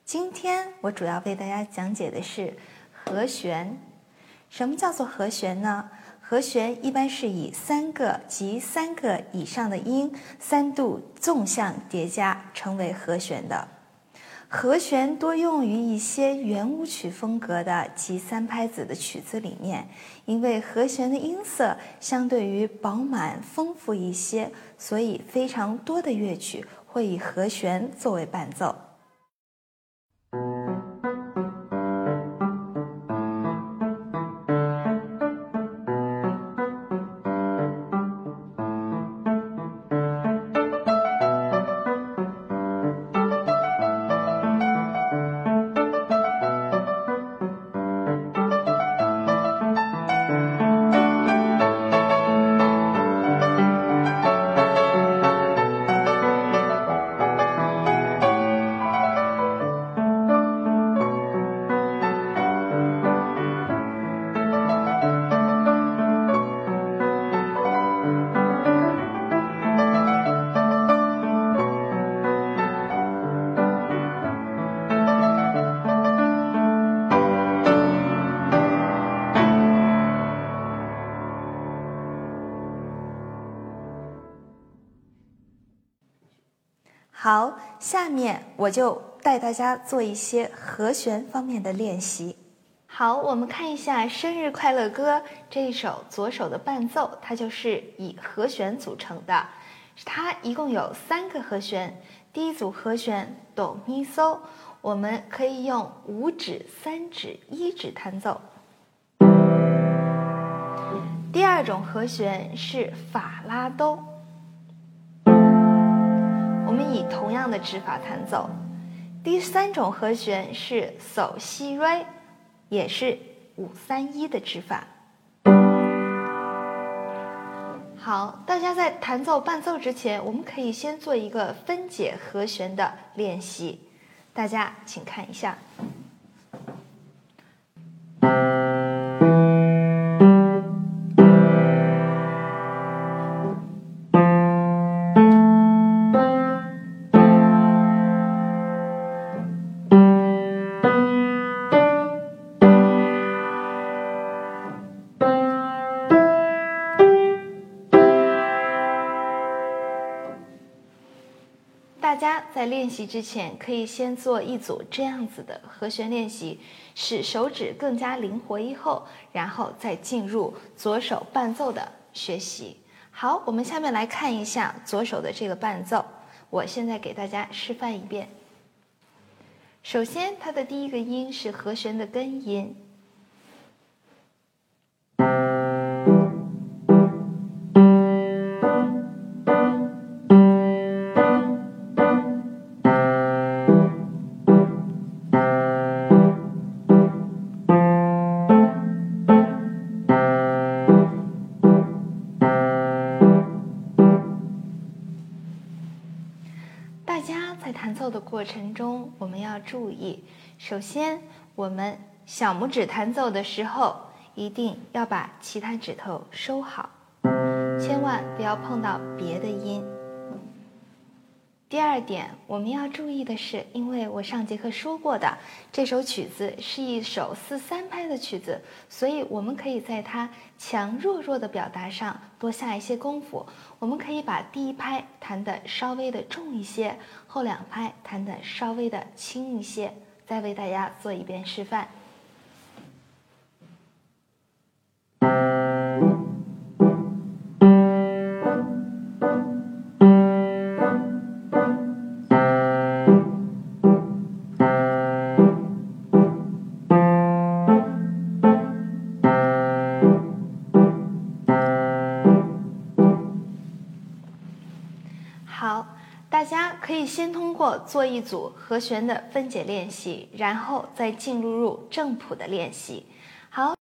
今天我主要为大家讲解的是和弦。什么叫做和弦呢？和弦一般是以3个及3个以上的音3度纵向叠加成为和弦的。和弦多用于一些圆舞曲风格的及3拍子的曲子里面，因为和弦的音色相对于饱满丰富一些，所以非常多的乐曲会以和弦作为伴奏。好，下面我就带大家做一些和弦方面的练习。好，我们看一下《生日快乐歌》这一首左手的伴奏，它就是以和弦组成的。它一共有3个和弦。第一组和弦哆咪嗦，我们可以用5指、3指、1指弹奏。第二种和弦是法拉哆，我们以同样的指法弹奏。第3种和弦是嗦西瑞，也是5-3-1的指法。好，大家在弹奏伴奏之前，我们可以先做一个分解和弦的练习。大家请看一下。大家在练习之前可以先做一组这样子的和弦练习，使手指更加灵活以后，然后再进入左手伴奏的学习。好，我们下面来看一下左手的这个伴奏，我现在给大家示范一遍。首先它的第一个音是和弦的根音，大家在弹奏的过程中，我们要注意，首先我们小拇指弹奏的时候，一定要把其他指头收好，千万不要碰到别的音。第二点，我们要注意的是，因为我上节课说过的，这首曲子是一首4-3拍的曲子，所以我们可以在它强弱弱的表达上多下一些功夫。我们可以把第1拍弹得稍微的重一些，后2拍弹得稍微的轻一些。再为大家做一遍示范。好，大家可以先通过做一组和弦的分解练习，然后再进入正谱的练习。好。